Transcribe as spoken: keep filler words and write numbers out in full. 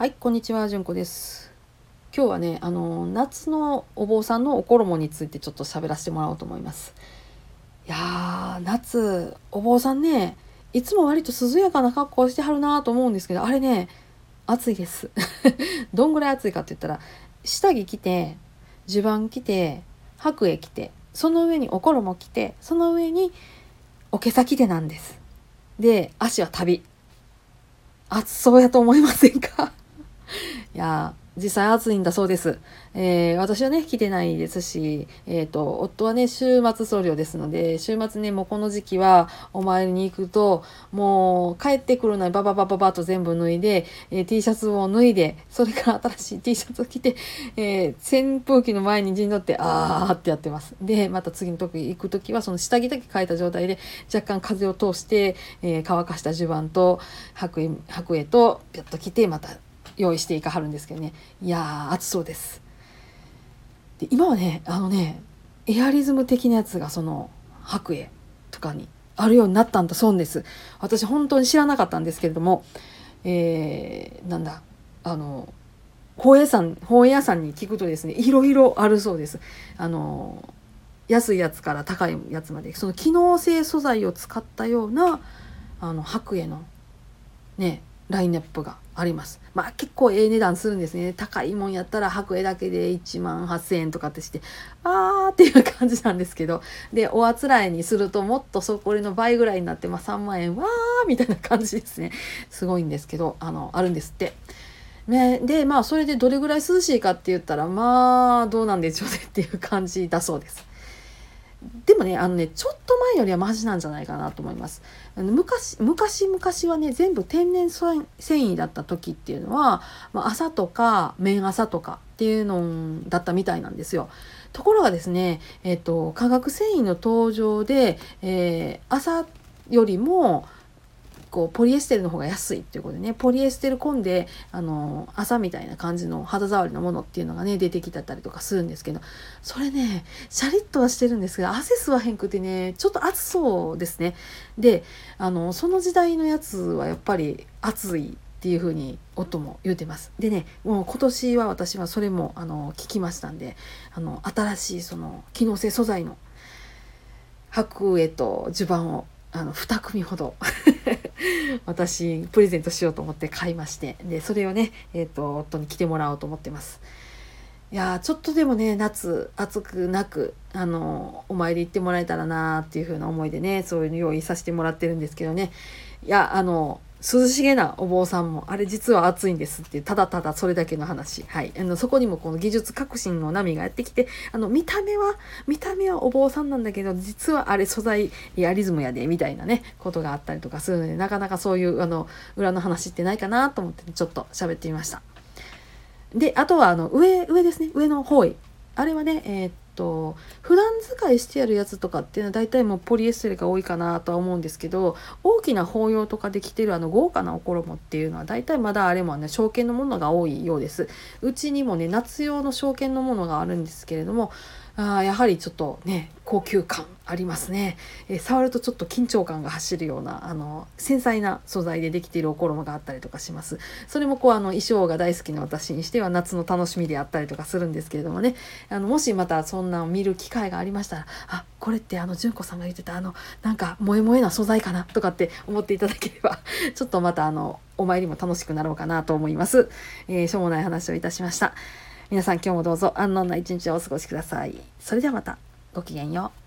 はい、こんにちは、じゅんこです。今日はね、あの夏のお坊さんのお衣についてちょっと喋らせてもらおうと思います。いやー、夏お坊さんね、いつも割と涼やかな格好してはるなと思うんですけど、あれね、暑いです。どんぐらい暑いかって言ったら、下着着て、襦袢着て、白衣着て、その上にお衣着て、その上におけさ着てなんです。で、足は旅。暑そうやと思いませんか？いや実際暑いんだそうです。えー、私はね来てないですし、えーと、夫はね週末僧侶ですので、週末ねもうこの時期はお参りに行くともう帰ってくるのにバババババと全部脱いで、えー、T シャツを脱いで、それから新しい T シャツを着て、えー、扇風機の前に陣取ってあーってやってます。でまた次の時行く時はその下着だけ変えた状態で若干風を通して、えー、乾かした襦袢と白衣白衣とピュッと着てまた用意していかはるんですけどね。いやー暑そうです。で今はねあのねエアリズム的なやつがその白衣とかにあるようになったんだそうです。私本当に知らなかったんですけれども、えー、なんだあの本屋さん本屋さんに聞くとですね、いろいろあるそうです。あの安いやつから高いやつまでその機能性素材を使ったようなあの白衣のねラインナップがあります。まあ結構ええ値段するんですね。高いもんやったら白衣だけでいちまんはっせんえんとかってしてあーっていう感じなんですけど、でおあつらいにするともっとそこの倍ぐらいになって、まあ、さんまんえんわーみたいな感じですね。すごいんですけど、あのあるんですって。ね、でまあそれでどれぐらい涼しいかって言ったらまあどうなんでしょうねっていう感じだそうです。でもねあのねちょっと前よりはマシなんじゃないかなと思います。あの昔昔昔はね全部天然繊維だった時っていうのは、まあ、朝とか綿朝とかっていうのだったみたいなんですよ。ところがですね、えっと、化学繊維の登場で、えー、朝よりもこうポリエステルの方が安いっていうことでね、ポリエステル混んであの朝みたいな感じの肌触りのものっていうのがね出てきたりとかするんですけど、それねシャリッとはしてるんですが汗吸わへんくてねちょっと暑そうですね。であのその時代のやつはやっぱり暑いっていう風に夫も言うてます。でねもう今年は私はそれもあの聞きましたんで、あの新しいその機能性素材の白衣と襦袢をあのに組ほど私プレゼントしようと思って買いまして、でそれをね、えーと、夫に着てもらおうと思ってます。いやちょっとでもね夏暑くなくあのお参り行ってもらえたらなっていう風な思いでね、そういうの用意させてもらってるんですけどね。いやあの涼しげなお坊さんもあれ実は暑いんですっていう、ただただそれだけの話。はい、あのそこにもこの技術革新の波がやってきて、あの見た目は見た目はお坊さんなんだけど実はあれ素材エアリズムやでみたいなねことがあったりとかするので、なかなかそういうあの裏の話ってないかなと思ってちょっと喋ってみました。であとはあの上上ですね、上の方位あれはねえーっと普段使いしてあるやつとかっていうのは大体もうポリエステルが多いかなとは思うんですけど、大きな法要とかで着てるあの豪華なお衣っていうのは大体まだあれもね証券のものが多いようです。うちにもね夏用の証券のものがあるんですけれども、あやはりちょっとね高級感ありますね。えー、触るとちょっと緊張感が走るようなあの繊細な素材でできているお衣があったりとかします。それもこうあの衣装が大好きな私にしては夏の楽しみであったりとかするんですけれどもね、あのもしまたそんなを見る機会がありましたら、あこれってあの純子さんが言ってたあのなんか萌え萌えな素材かなとかって思っていただければちょっとまたあのお参りも楽しくなろうかなと思います。えー、しょうもない話をいたしました。皆さん今日もどうぞ安穏な一日をお過ごしください。それではまたごきげんよう。